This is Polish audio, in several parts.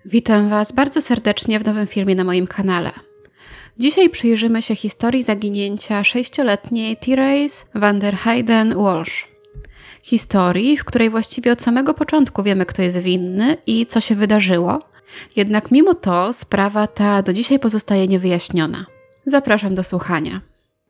Witam Was bardzo serdecznie w nowym filmie na moim kanale. Dzisiaj przyjrzymy się historii zaginięcia 6-letniej Therese van der Heyden Walsh. Historii, w której właściwie od samego początku wiemy, kto jest winny i co się wydarzyło. Jednak mimo to sprawa ta do dzisiaj pozostaje niewyjaśniona. Zapraszam do słuchania.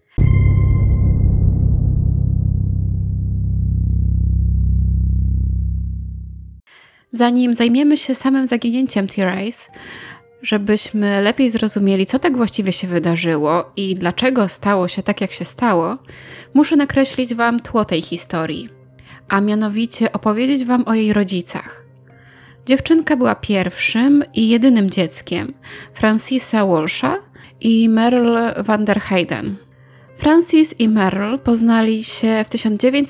Zanim zajmiemy się samym zaginięciem Therese, żebyśmy lepiej zrozumieli, co tak właściwie się wydarzyło i dlaczego stało się tak, jak się stało, muszę nakreślić Wam tło tej historii, a mianowicie opowiedzieć Wam o jej rodzicach. Dziewczynka była pierwszym i jedynym dzieckiem Francisa Walsha i Merle van der Heyden. Francis i Merle poznali się w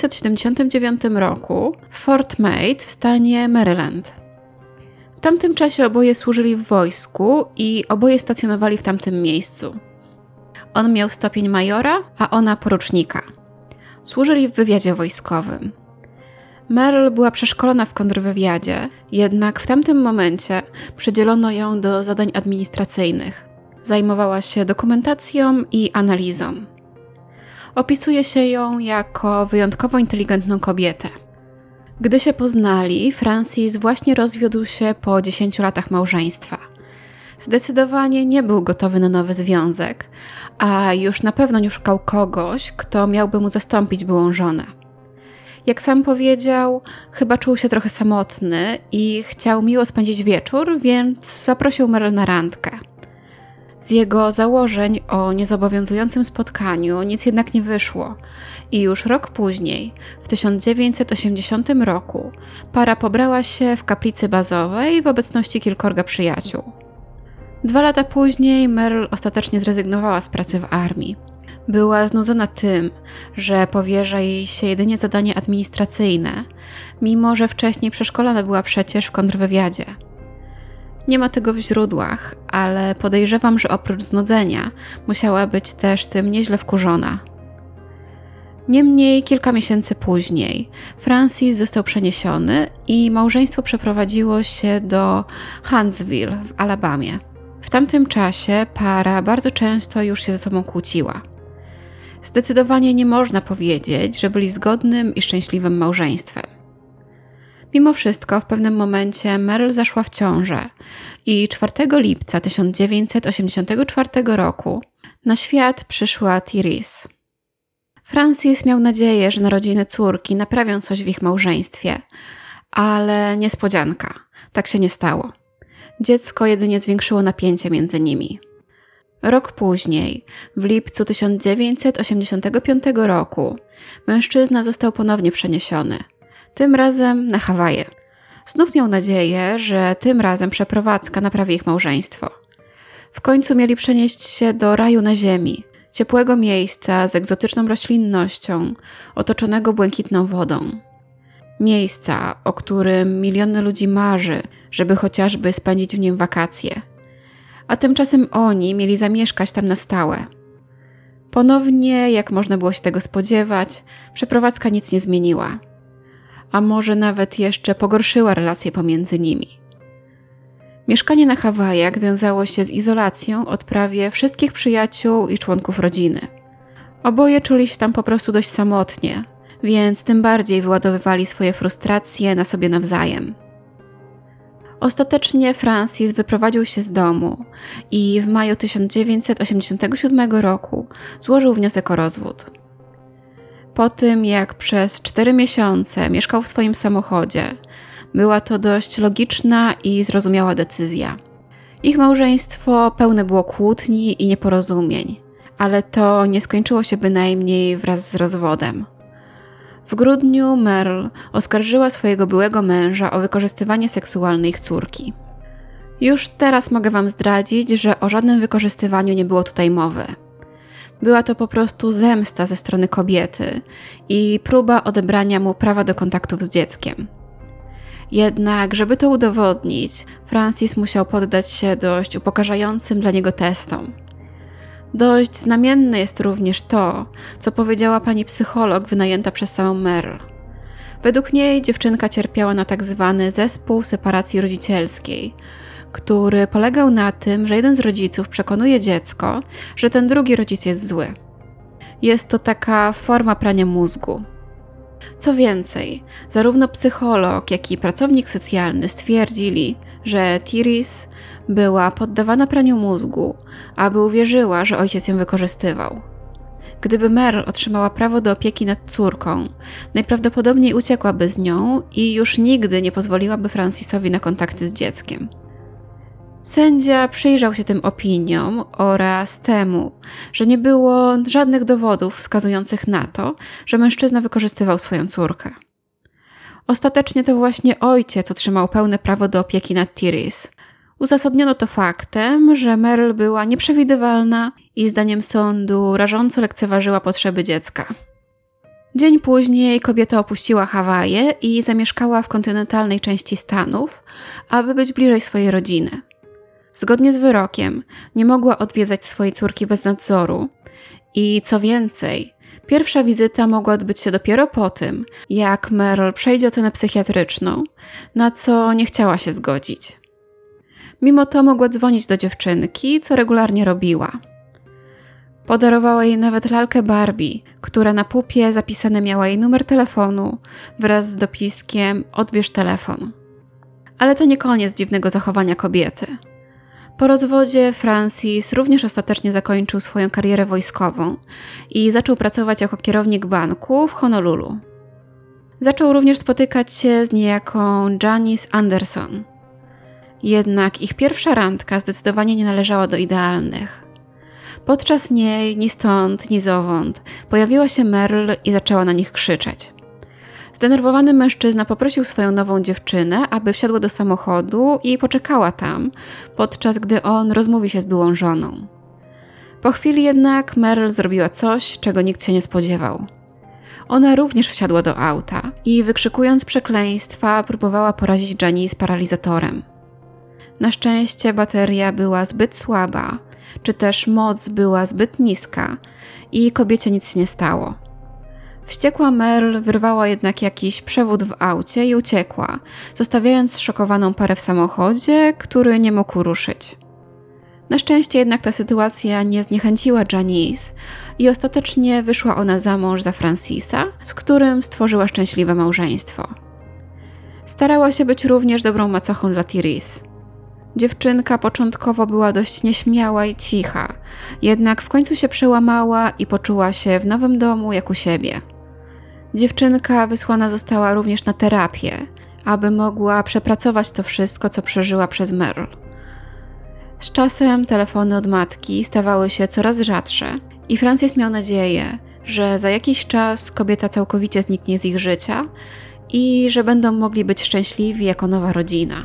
1979 roku w Fort Meade w stanie Maryland. W tamtym czasie oboje służyli w wojsku i oboje stacjonowali w tamtym miejscu. On miał stopień majora, a ona porucznika. Służyli w wywiadzie wojskowym. Merle była przeszkolona w kontrwywiadzie, jednak w tamtym momencie przydzielono ją do zadań administracyjnych. Zajmowała się dokumentacją i analizą. Opisuje się ją jako wyjątkowo inteligentną kobietę. Gdy się poznali, Francis właśnie rozwiódł się po 10 latach małżeństwa. Zdecydowanie nie był gotowy na nowy związek, a już na pewno nie szukał kogoś, kto miałby mu zastąpić byłą żonę. Jak sam powiedział, chyba czuł się trochę samotny i chciał miło spędzić wieczór, więc zaprosił Merle na randkę. Z jego założeń o niezobowiązującym spotkaniu nic jednak nie wyszło i już rok później, w 1980 roku, para pobrała się w kaplicy bazowej w obecności kilkorga przyjaciół. 2 lata później Merle ostatecznie zrezygnowała z pracy w armii. Była znudzona tym, że powierza jej się jedynie zadanie administracyjne, mimo że wcześniej przeszkolona była przecież w kontrwywiadzie. Nie ma tego w źródłach, ale podejrzewam, że oprócz znudzenia musiała być też tym nieźle wkurzona. Niemniej kilka miesięcy później Francis został przeniesiony i małżeństwo przeprowadziło się do Huntsville w Alabamie. W tamtym czasie para bardzo często już się ze sobą kłóciła. Zdecydowanie nie można powiedzieć, że byli zgodnym i szczęśliwym małżeństwem. Mimo wszystko w pewnym momencie Merle zaszła w ciążę i 4 lipca 1984 roku na świat przyszła Therese. Francis miał nadzieję, że narodziny córki naprawią coś w ich małżeństwie, ale niespodzianka, tak się nie stało. Dziecko jedynie zwiększyło napięcie między nimi. Rok później, w lipcu 1985 roku, mężczyzna został ponownie przeniesiony. Tym razem na Hawaje. Znów miał nadzieję, że tym razem przeprowadzka naprawi ich małżeństwo. W końcu mieli przenieść się do raju na ziemi, ciepłego miejsca z egzotyczną roślinnością, otoczonego błękitną wodą. Miejsca, o którym miliony ludzi marzy, żeby chociażby spędzić w nim wakacje. A tymczasem oni mieli zamieszkać tam na stałe. Ponownie, jak można było się tego spodziewać, przeprowadzka nic nie zmieniła. A może nawet jeszcze pogorszyła relacje pomiędzy nimi. Mieszkanie na Hawajach wiązało się z izolacją od prawie wszystkich przyjaciół i członków rodziny. Oboje czuli się tam po prostu dość samotnie, więc tym bardziej wyładowywali swoje frustracje na sobie nawzajem. Ostatecznie Francis wyprowadził się z domu i w maju 1987 roku złożył wniosek o rozwód. Po tym, jak przez 4 miesiące mieszkał w swoim samochodzie, była to dość logiczna i zrozumiała decyzja. Ich małżeństwo pełne było kłótni i nieporozumień, ale to nie skończyło się bynajmniej wraz z rozwodem. W grudniu Merle oskarżyła swojego byłego męża o wykorzystywanie seksualne ich córki. Już teraz mogę Wam zdradzić, że o żadnym wykorzystywaniu nie było tutaj mowy. Była to po prostu zemsta ze strony kobiety i próba odebrania mu prawa do kontaktów z dzieckiem. Jednak, żeby to udowodnić, Francis musiał poddać się dość upokarzającym dla niego testom. Dość znamienne jest również to, co powiedziała pani psycholog wynajęta przez samą Merle. Według niej dziewczynka cierpiała na tak zwany zespół separacji rodzicielskiej, który polegał na tym, że jeden z rodziców przekonuje dziecko, że ten drugi rodzic jest zły. Jest to taka forma prania mózgu. Co więcej, zarówno psycholog, jak i pracownik socjalny stwierdzili, że Therese była poddawana praniu mózgu, aby uwierzyła, że ojciec ją wykorzystywał. Gdyby Merle otrzymała prawo do opieki nad córką, najprawdopodobniej uciekłaby z nią i już nigdy nie pozwoliłaby Francisowi na kontakty z dzieckiem. Sędzia przyjrzał się tym opiniom oraz temu, że nie było żadnych dowodów wskazujących na to, że mężczyzna wykorzystywał swoją córkę. Ostatecznie to właśnie ojciec otrzymał pełne prawo do opieki nad Therese. Uzasadniono to faktem, że Merle była nieprzewidywalna i zdaniem sądu rażąco lekceważyła potrzeby dziecka. Dzień później kobieta opuściła Hawaje i zamieszkała w kontynentalnej części Stanów, aby być bliżej swojej rodziny. Zgodnie z wyrokiem nie mogła odwiedzać swojej córki bez nadzoru i co więcej, pierwsza wizyta mogła odbyć się dopiero po tym, jak Merle przejdzie ocenę psychiatryczną, na co nie chciała się zgodzić. Mimo to mogła dzwonić do dziewczynki, co regularnie robiła. Podarowała jej nawet lalkę Barbie, która na pupie zapisany miała jej numer telefonu wraz z dopiskiem „Odbierz telefon”. Ale to nie koniec dziwnego zachowania kobiety. Po rozwodzie Francis również ostatecznie zakończył swoją karierę wojskową i zaczął pracować jako kierownik banku w Honolulu. Zaczął również spotykać się z niejaką Janice Anderson. Jednak ich pierwsza randka zdecydowanie nie należała do idealnych. Podczas niej ni stąd, ni zowąd pojawiła się Merle i zaczęła na nich krzyczeć. Zdenerwowany mężczyzna poprosił swoją nową dziewczynę, aby wsiadła do samochodu i poczekała tam, podczas gdy on rozmówi się z byłą żoną. Po chwili jednak Merle zrobiła coś, czego nikt się nie spodziewał. Ona również wsiadła do auta i wykrzykując przekleństwa próbowała porazić Janice paralizatorem. Na szczęście bateria była zbyt słaba, czy też moc była zbyt niska i kobiecie nic się nie stało. Wściekła Merle wyrwała jednak jakiś przewód w aucie i uciekła, zostawiając zszokowaną parę w samochodzie, który nie mógł ruszyć. Na szczęście jednak ta sytuacja nie zniechęciła Janice i ostatecznie wyszła ona za mąż za Francisa, z którym stworzyła szczęśliwe małżeństwo. Starała się być również dobrą macochą dla Therese. Dziewczynka początkowo była dość nieśmiała i cicha, jednak w końcu się przełamała i poczuła się w nowym domu jak u siebie. Dziewczynka wysłana została również na terapię, aby mogła przepracować to wszystko, co przeżyła przez Merle. Z czasem telefony od matki stawały się coraz rzadsze i Francis miał nadzieję, że za jakiś czas kobieta całkowicie zniknie z ich życia i że będą mogli być szczęśliwi jako nowa rodzina.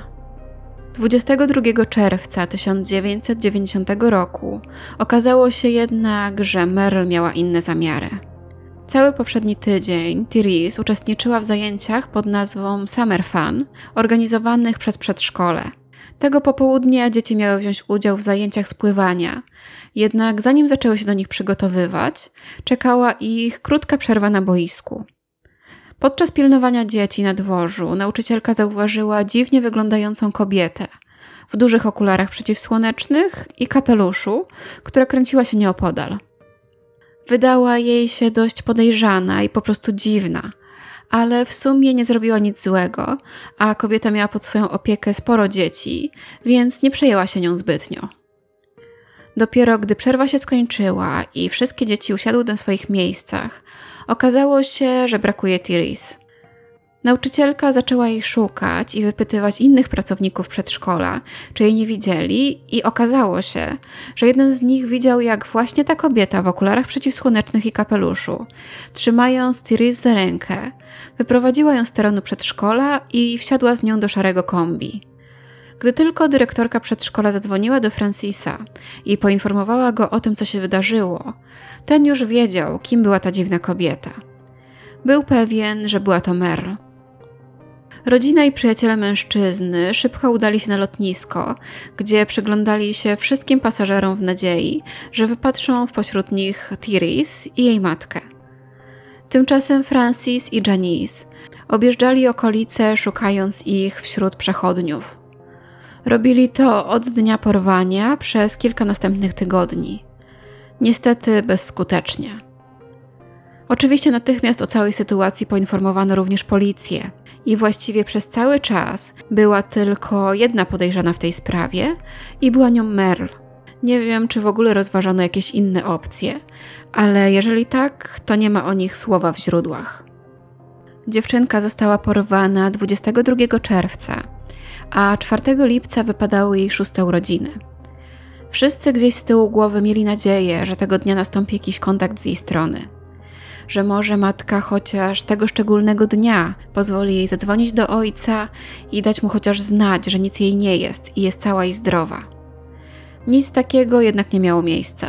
22 czerwca 1990 roku okazało się jednak, że Merle miała inne zamiary. Cały poprzedni tydzień Therese uczestniczyła w zajęciach pod nazwą Summer Fun, organizowanych przez przedszkole. Tego popołudnia dzieci miały wziąć udział w zajęciach z pływania, jednak zanim zaczęły się do nich przygotowywać, czekała ich krótka przerwa na boisku. Podczas pilnowania dzieci na dworzu nauczycielka zauważyła dziwnie wyglądającą kobietę w dużych okularach przeciwsłonecznych i kapeluszu, która kręciła się nieopodal. Wydała jej się dość podejrzana i po prostu dziwna, ale w sumie nie zrobiła nic złego, a kobieta miała pod swoją opiekę sporo dzieci, więc nie przejęła się nią zbytnio. Dopiero gdy przerwa się skończyła i wszystkie dzieci usiadły na swoich miejscach, okazało się, że brakuje Therese. Nauczycielka zaczęła jej szukać i wypytywać innych pracowników przedszkola, czy jej nie widzieli, i okazało się, że jeden z nich widział, jak właśnie ta kobieta w okularach przeciwsłonecznych i kapeluszu, trzymając Therese za rękę, wyprowadziła ją z terenu przedszkola i wsiadła z nią do szarego kombi. Gdy tylko dyrektorka przedszkola zadzwoniła do Francisa i poinformowała go o tym, co się wydarzyło, ten już wiedział, kim była ta dziwna kobieta. Był pewien, że była to Merle. Rodzina i przyjaciele mężczyzny szybko udali się na lotnisko, gdzie przyglądali się wszystkim pasażerom w nadziei, że wypatrzą pośród nich Therese i jej matkę. Tymczasem Francis i Janice objeżdżali okolice, szukając ich wśród przechodniów. Robili to od dnia porwania przez kilka następnych tygodni. Niestety bezskutecznie. Oczywiście natychmiast o całej sytuacji poinformowano również policję i właściwie przez cały czas była tylko jedna podejrzana w tej sprawie i była nią Merle. Nie wiem, czy w ogóle rozważano jakieś inne opcje, ale jeżeli tak, to nie ma o nich słowa w źródłach. Dziewczynka została porwana 22 czerwca, a 4 lipca wypadały jej 6. urodziny. Wszyscy gdzieś z tyłu głowy mieli nadzieję, że tego dnia nastąpi jakiś kontakt z jej strony. Że może matka chociaż tego szczególnego dnia pozwoli jej zadzwonić do ojca i dać mu chociaż znać, że nic jej nie jest i jest cała i zdrowa. Nic takiego jednak nie miało miejsca.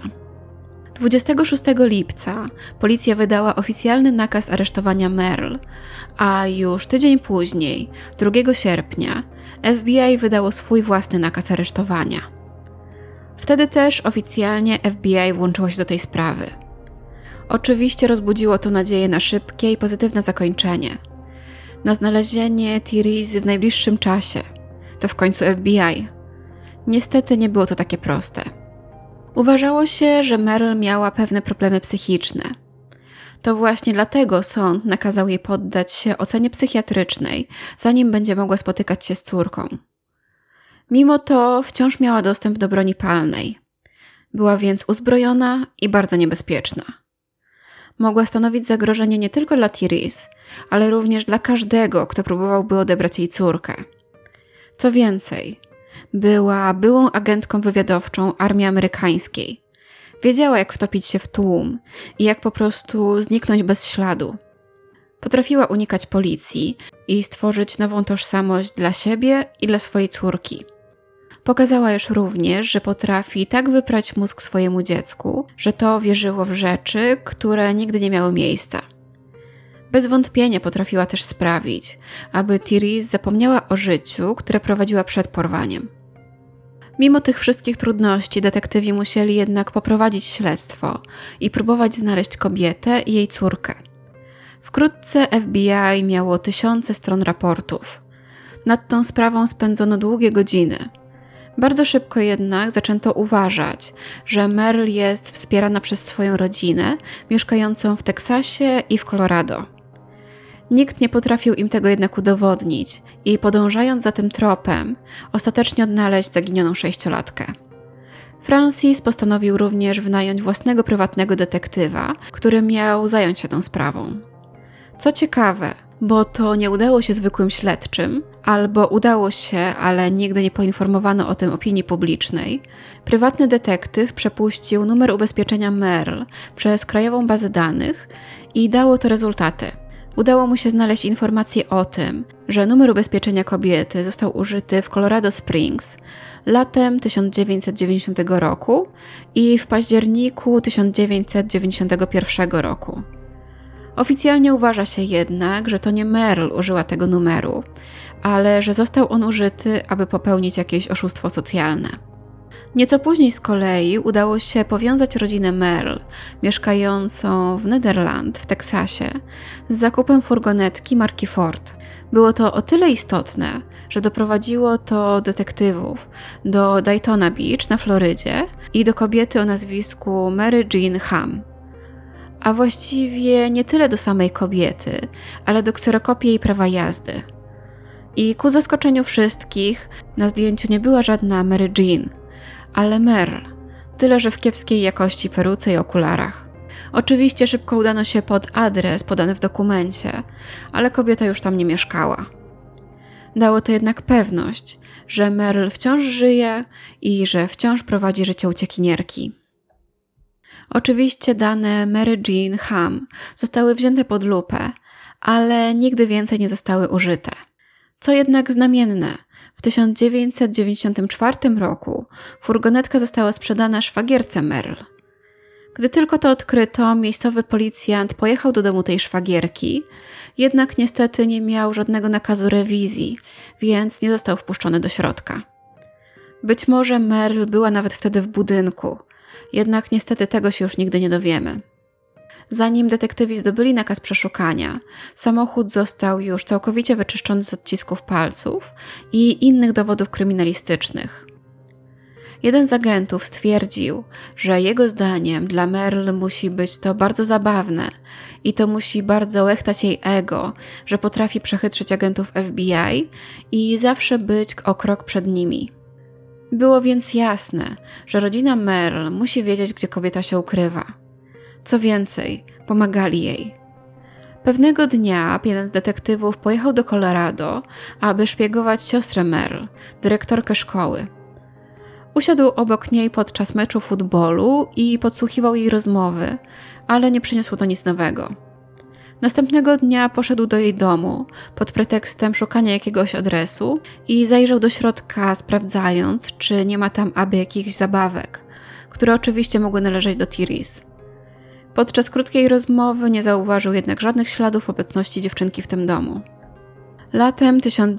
26 lipca policja wydała oficjalny nakaz aresztowania Merle, a już tydzień później, 2 sierpnia, FBI wydało swój własny nakaz aresztowania. Wtedy też oficjalnie FBI włączyło się do tej sprawy. Oczywiście rozbudziło to nadzieję na szybkie i pozytywne zakończenie. Na znalezienie Therese w najbliższym czasie. To w końcu FBI. Niestety nie było to takie proste. Uważało się, że Merle miała pewne problemy psychiczne. To właśnie dlatego sąd nakazał jej poddać się ocenie psychiatrycznej, zanim będzie mogła spotykać się z córką. Mimo to wciąż miała dostęp do broni palnej. Była więc uzbrojona i bardzo niebezpieczna. Mogła stanowić zagrożenie nie tylko dla Therese, ale również dla każdego, kto próbowałby odebrać jej córkę. Co więcej, była byłą agentką wywiadowczą armii amerykańskiej. Wiedziała, jak wtopić się w tłum i jak po prostu zniknąć bez śladu. Potrafiła unikać policji i stworzyć nową tożsamość dla siebie i dla swojej córki. Pokazała już również, że potrafi tak wyprać mózg swojemu dziecku, że to wierzyło w rzeczy, które nigdy nie miały miejsca. Bez wątpienia potrafiła też sprawić, aby Therese zapomniała o życiu, które prowadziła przed porwaniem. Mimo tych wszystkich trudności detektywi musieli jednak poprowadzić śledztwo i próbować znaleźć kobietę i jej córkę. Wkrótce FBI miało tysiące stron raportów. Nad tą sprawą spędzono długie godziny. Bardzo szybko jednak zaczęto uważać, że Merle jest wspierana przez swoją rodzinę mieszkającą w Teksasie i w Colorado. Nikt nie potrafił im tego jednak udowodnić i podążając za tym tropem, ostatecznie odnaleźć zaginioną 6-latkę. Francis postanowił również wynająć własnego prywatnego detektywa, który miał zająć się tą sprawą. Co ciekawe, bo to nie udało się zwykłym śledczym, albo udało się, ale nigdy nie poinformowano o tym opinii publicznej, prywatny detektyw przepuścił numer ubezpieczenia Merle przez krajową bazę danych i dało to rezultaty. Udało mu się znaleźć informacje o tym, że numer ubezpieczenia kobiety został użyty w Colorado Springs latem 1990 roku i w październiku 1991 roku. Oficjalnie uważa się jednak, że to nie Merle użyła tego numeru, ale że został on użyty, aby popełnić jakieś oszustwo socjalne. Nieco później z kolei udało się powiązać rodzinę Merle, mieszkającą w Nederland w Teksasie, z zakupem furgonetki marki Ford. Było to o tyle istotne, że doprowadziło to detektywów do Daytona Beach na Florydzie i do kobiety o nazwisku Mary Jean Hamm. A właściwie nie tyle do samej kobiety, ale do kserokopii jej prawa jazdy. I ku zaskoczeniu wszystkich, na zdjęciu nie była żadna Mary Jean, ale Merle, tyle że w kiepskiej jakości peruce i okularach. Oczywiście szybko udano się pod adres podany w dokumencie, ale kobieta już tam nie mieszkała. Dało to jednak pewność, że Merle wciąż żyje i że wciąż prowadzi życie uciekinierki. Oczywiście dane Mary Jean Hamm zostały wzięte pod lupę, ale nigdy więcej nie zostały użyte. Co jednak znamienne, w 1994 roku furgonetka została sprzedana szwagierce Merle. Gdy tylko to odkryto, miejscowy policjant pojechał do domu tej szwagierki, jednak niestety nie miał żadnego nakazu rewizji, więc nie został wpuszczony do środka. Być może Merle była nawet wtedy w budynku, jednak niestety tego się już nigdy nie dowiemy. Zanim detektywi zdobyli nakaz przeszukania, samochód został już całkowicie wyczyszczony z odcisków palców i innych dowodów kryminalistycznych. Jeden z agentów stwierdził, że jego zdaniem dla Merle musi być to bardzo zabawne i to musi bardzo łechtać jej ego, że potrafi przechytrzyć agentów FBI i zawsze być o krok przed nimi. Było więc jasne, że rodzina Merle musi wiedzieć, gdzie kobieta się ukrywa. Co więcej, pomagali jej. Pewnego dnia jeden z detektywów pojechał do Colorado, aby szpiegować siostrę Merle, dyrektorkę szkoły. Usiadł obok niej podczas meczu futbolu i podsłuchiwał jej rozmowy, ale nie przyniosło to nic nowego. Następnego dnia poszedł do jej domu pod pretekstem szukania jakiegoś adresu i zajrzał do środka, sprawdzając, czy nie ma tam aby jakichś zabawek, które oczywiście mogły należeć do Therese. Podczas krótkiej rozmowy nie zauważył jednak żadnych śladów obecności dziewczynki w tym domu. Latem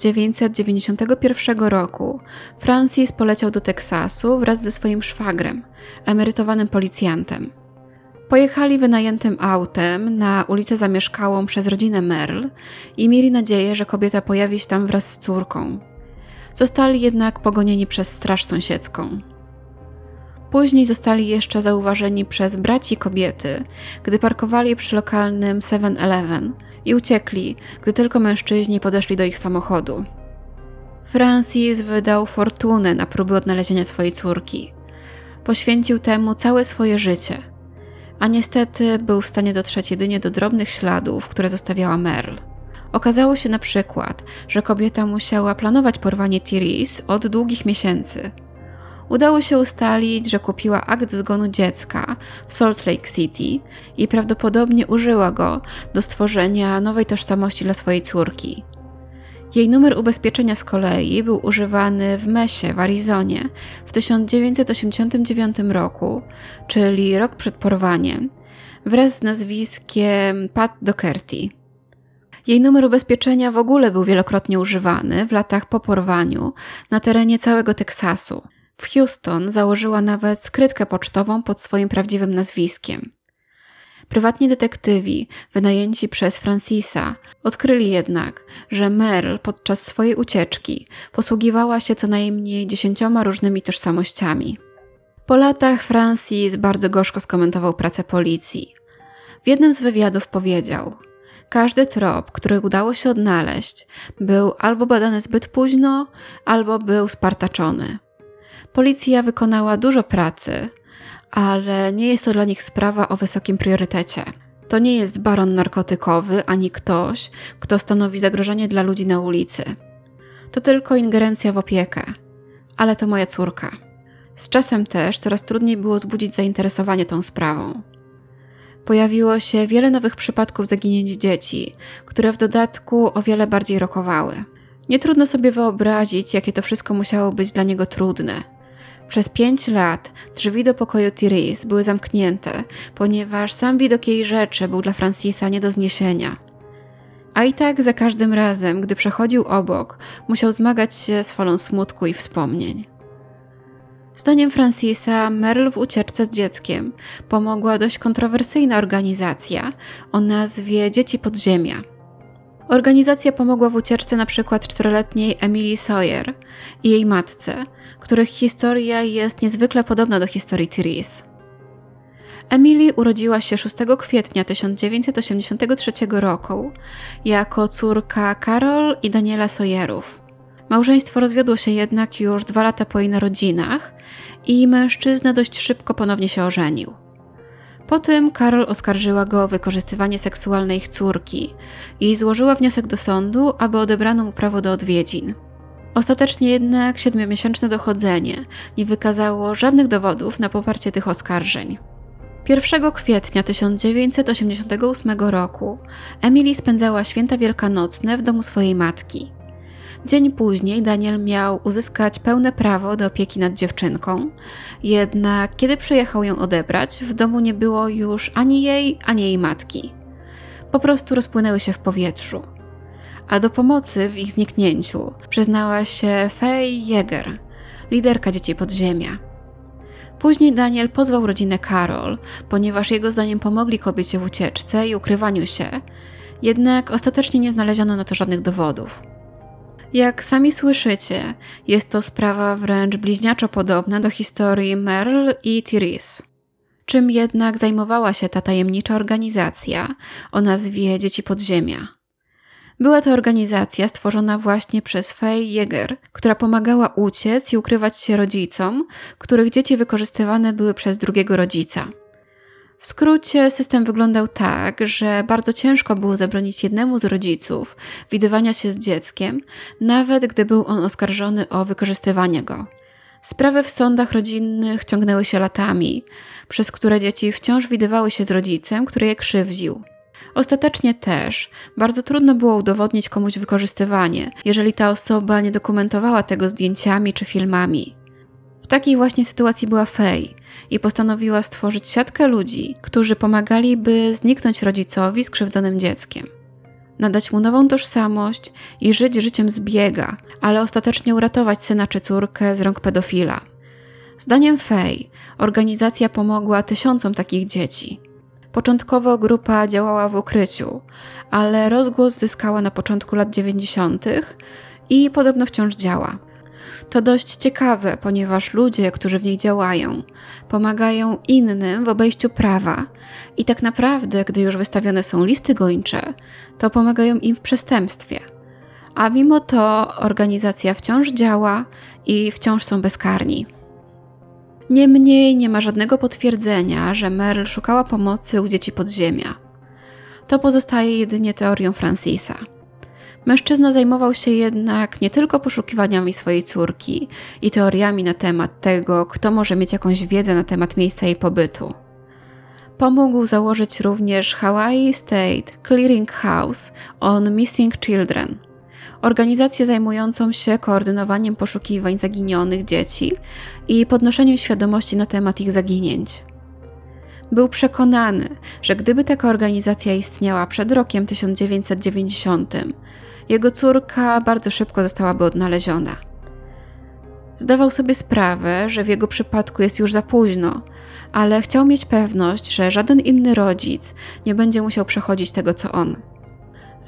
1991 roku Francis poleciał do Teksasu wraz ze swoim szwagrem, emerytowanym policjantem. Pojechali wynajętym autem na ulicę zamieszkałą przez rodzinę Merle i mieli nadzieję, że kobieta pojawi się tam wraz z córką. Zostali jednak pogonieni przez straż sąsiedzką. Później zostali jeszcze zauważeni przez braci kobiety, gdy parkowali przy lokalnym 7-Eleven i uciekli, gdy tylko mężczyźni podeszli do ich samochodu. Francis wydał fortunę na próby odnalezienia swojej córki. Poświęcił temu całe swoje życie, a niestety był w stanie dotrzeć jedynie do drobnych śladów, które zostawiała Merle. Okazało się na przykład, że kobieta musiała planować porwanie Therese od długich miesięcy. Udało się ustalić, że kupiła akt zgonu dziecka w Salt Lake City i prawdopodobnie użyła go do stworzenia nowej tożsamości dla swojej córki. Jej numer ubezpieczenia z kolei był używany w Mesie w Arizonie w 1989 roku, czyli rok przed porwaniem, wraz z nazwiskiem Pat Doherty. Jej numer ubezpieczenia w ogóle był wielokrotnie używany w latach po porwaniu na terenie całego Teksasu. W Houston założyła nawet skrytkę pocztową pod swoim prawdziwym nazwiskiem. Prywatni detektywi, wynajęci przez Francisa, odkryli jednak, że Merle podczas swojej ucieczki posługiwała się co najmniej 10 różnymi tożsamościami. Po latach Francis bardzo gorzko skomentował pracę policji. W jednym z wywiadów powiedział: każdy trop, który udało się odnaleźć, był albo badany zbyt późno, albo był spartaczony. Policja wykonała dużo pracy, ale nie jest to dla nich sprawa o wysokim priorytecie. To nie jest baron narkotykowy ani ktoś, kto stanowi zagrożenie dla ludzi na ulicy. To tylko ingerencja w opiekę. Ale to moja córka. Z czasem też coraz trudniej było wzbudzić zainteresowanie tą sprawą. Pojawiło się wiele nowych przypadków zaginięć dzieci, które w dodatku o wiele bardziej rokowały. Nie trudno sobie wyobrazić, jakie to wszystko musiało być dla niego trudne. Przez 5 lat drzwi do pokoju Therese były zamknięte, ponieważ sam widok jej rzeczy był dla Francisa nie do zniesienia. A i tak za każdym razem, gdy przechodził obok, musiał zmagać się z falą smutku i wspomnień. Zdaniem Francisa, Merle w ucieczce z dzieckiem pomogła dość kontrowersyjna organizacja o nazwie Dzieci Podziemia. Organizacja pomogła w ucieczce np. 4-letniej Emily Sawyer i jej matce, których historia jest niezwykle podobna do historii Therese. Emily urodziła się 6 kwietnia 1983 roku jako córka Carol i Daniela Sawyerów. Małżeństwo rozwiodło się jednak już 2 lata po jej narodzinach i mężczyzna dość szybko ponownie się ożenił. Potem Carol oskarżyła go o wykorzystywanie seksualne ich córki i złożyła wniosek do sądu, aby odebrano mu prawo do odwiedzin. Ostatecznie jednak 7-miesięczne dochodzenie nie wykazało żadnych dowodów na poparcie tych oskarżeń. 1 kwietnia 1988 roku Emily spędzała święta wielkanocne w domu swojej matki. Dzień później Daniel miał uzyskać pełne prawo do opieki nad dziewczynką, jednak kiedy przyjechał ją odebrać, w domu nie było już ani jej, ani jej matki. Po prostu rozpłynęły się w powietrzu. A do pomocy w ich zniknięciu przyznała się Faye Yeager, liderka Dzieci Podziemia. Później Daniel pozwał rodzinę Carol, ponieważ jego zdaniem pomogli kobiecie w ucieczce i ukrywaniu się, jednak ostatecznie nie znaleziono na to żadnych dowodów. Jak sami słyszycie, jest to sprawa wręcz bliźniaczo podobna do historii Merle i Therese. Czym jednak zajmowała się ta tajemnicza organizacja o nazwie Dzieci Podziemia? Była to organizacja stworzona właśnie przez Faye Yeager, która pomagała uciec i ukrywać się rodzicom, których dzieci wykorzystywane były przez drugiego rodzica. W skrócie system wyglądał tak, że bardzo ciężko było zabronić jednemu z rodziców widywania się z dzieckiem, nawet gdy był on oskarżony o wykorzystywanie go. Sprawy w sądach rodzinnych ciągnęły się latami, przez które dzieci wciąż widywały się z rodzicem, który je krzywdził. Ostatecznie też bardzo trudno było udowodnić komuś wykorzystywanie, jeżeli ta osoba nie dokumentowała tego zdjęciami czy filmami. W takiej właśnie sytuacji była Faye i postanowiła stworzyć siatkę ludzi, którzy pomagali, by zniknąć rodzicowi skrzywdzonym dzieckiem. Nadać mu nową tożsamość i żyć życiem zbiega, ale ostatecznie uratować syna czy córkę z rąk pedofila. Zdaniem Faye organizacja pomogła tysiącom takich dzieci. Początkowo grupa działała w ukryciu, ale rozgłos zyskała na początku lat 90. i podobno wciąż działa. To dość ciekawe, ponieważ ludzie, którzy w niej działają, pomagają innym w obejściu prawa i tak naprawdę, gdy już wystawione są listy gończe, to pomagają im w przestępstwie. A mimo to organizacja wciąż działa i wciąż są bezkarni. Niemniej nie ma żadnego potwierdzenia, że Merle szukała pomocy u dzieci podziemia. To pozostaje jedynie teorią Francisa. Mężczyzna zajmował się jednak nie tylko poszukiwaniami swojej córki i teoriami na temat tego, kto może mieć jakąś wiedzę na temat miejsca jej pobytu. Pomógł założyć również Hawaii State Clearing House on Missing Children, organizację zajmującą się koordynowaniem poszukiwań zaginionych dzieci i podnoszeniem świadomości na temat ich zaginięć. Był przekonany, że gdyby taka organizacja istniała przed rokiem 1990, jego córka bardzo szybko zostałaby odnaleziona. Zdawał sobie sprawę, że w jego przypadku jest już za późno, ale chciał mieć pewność, że żaden inny rodzic nie będzie musiał przechodzić tego, co on. W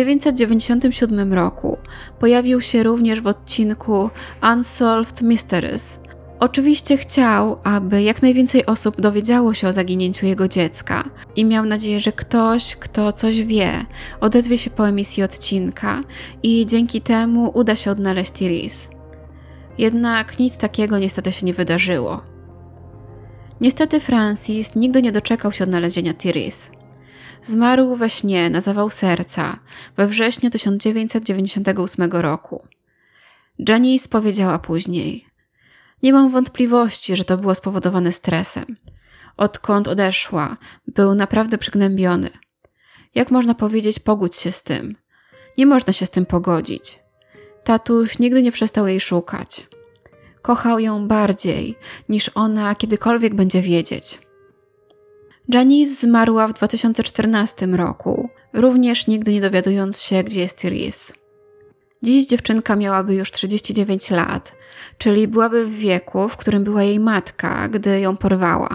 1997 roku pojawił się również w odcinku Unsolved Mysteries. Oczywiście chciał, aby jak najwięcej osób dowiedziało się o zaginięciu jego dziecka i miał nadzieję, że ktoś, kto coś wie, odezwie się po emisji odcinka i dzięki temu uda się odnaleźć Therese. Jednak nic takiego niestety się nie wydarzyło. Niestety Francis nigdy nie doczekał się odnalezienia Therese. Zmarł we śnie na zawał serca we wrześniu 1998 roku. Janice powiedziała później: nie mam wątpliwości, że to było spowodowane stresem. Odkąd odeszła, był naprawdę przygnębiony. Jak można powiedzieć, pogódź się z tym? Nie można się z tym pogodzić. Tatuś nigdy nie przestał jej szukać. Kochał ją bardziej, niż ona kiedykolwiek będzie wiedzieć. Janice zmarła w 2014 roku, również nigdy nie dowiadując się, gdzie jest Therese. Dziś dziewczynka miałaby już 39 lat, czyli byłaby w wieku, w którym była jej matka, gdy ją porwała.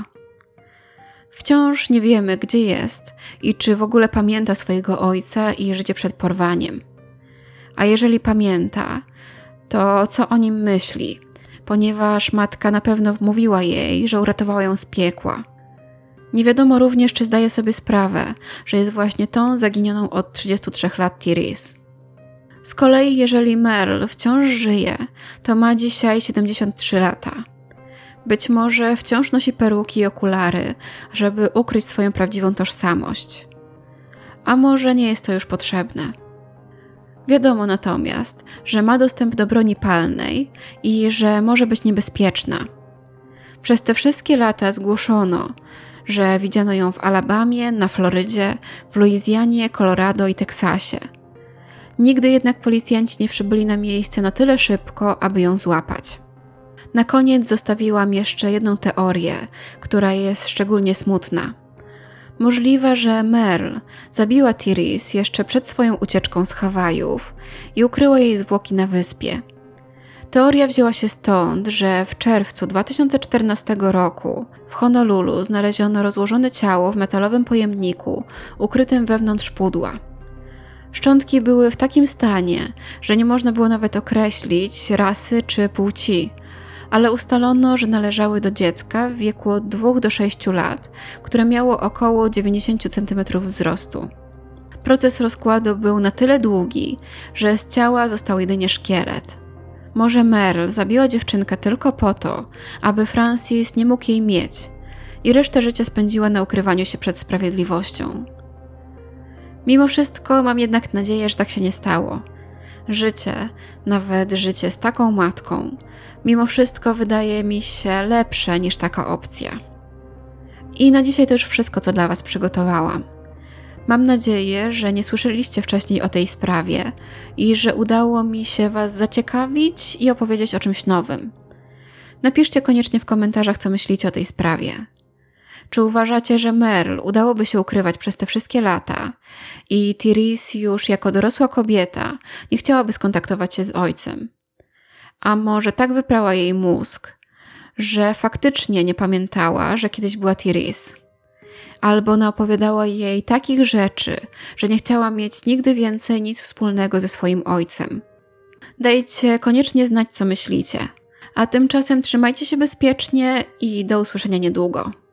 Wciąż nie wiemy, gdzie jest i czy w ogóle pamięta swojego ojca i życie przed porwaniem. A jeżeli pamięta, to co o nim myśli, ponieważ matka na pewno wmówiła jej, że uratowała ją z piekła. Nie wiadomo również, czy zdaje sobie sprawę, że jest właśnie tą zaginioną od 33 lat Therese. Z kolei jeżeli Merle wciąż żyje, to ma dzisiaj 73 lata. Być może wciąż nosi peruki i okulary, żeby ukryć swoją prawdziwą tożsamość. A może nie jest to już potrzebne. Wiadomo natomiast, że ma dostęp do broni palnej i że może być niebezpieczna. Przez te wszystkie lata zgłoszono, że widziano ją w Alabamie, na Florydzie, w Luizjanie, Colorado i Teksasie. Nigdy jednak policjanci nie przybyli na miejsce na tyle szybko, aby ją złapać. Na koniec zostawiłam jeszcze jedną teorię, która jest szczególnie smutna. Możliwe, że Merle zabiła Therese jeszcze przed swoją ucieczką z Hawajów i ukryła jej zwłoki na wyspie. Teoria wzięła się stąd, że w czerwcu 2014 roku w Honolulu znaleziono rozłożone ciało w metalowym pojemniku ukrytym wewnątrz pudła. Szczątki były w takim stanie, że nie można było nawet określić rasy czy płci, ale ustalono, że należały do dziecka w wieku od 2 do 6 lat, które miało około 90 cm wzrostu. Proces rozkładu był na tyle długi, że z ciała został jedynie szkielet. Może Merle zabiła dziewczynkę tylko po to, aby Francis nie mógł jej mieć i resztę życia spędziła na ukrywaniu się przed sprawiedliwością. Mimo wszystko mam jednak nadzieję, że tak się nie stało. Życie, nawet życie z taką matką, mimo wszystko wydaje mi się lepsze niż taka opcja. I na dzisiaj to już wszystko, co dla Was przygotowałam. Mam nadzieję, że nie słyszeliście wcześniej o tej sprawie i że udało mi się Was zaciekawić i opowiedzieć o czymś nowym. Napiszcie koniecznie w komentarzach, co myślicie o tej sprawie. Czy uważacie, że Merle udałoby się ukrywać przez te wszystkie lata i Therese już jako dorosła kobieta nie chciałaby skontaktować się z ojcem? A może tak wyprała jej mózg, że faktycznie nie pamiętała, że kiedyś była Therese? Albo naopowiadała jej takich rzeczy, że nie chciała mieć nigdy więcej nic wspólnego ze swoim ojcem? Dajcie koniecznie znać, co myślicie. A tymczasem trzymajcie się bezpiecznie i do usłyszenia niedługo.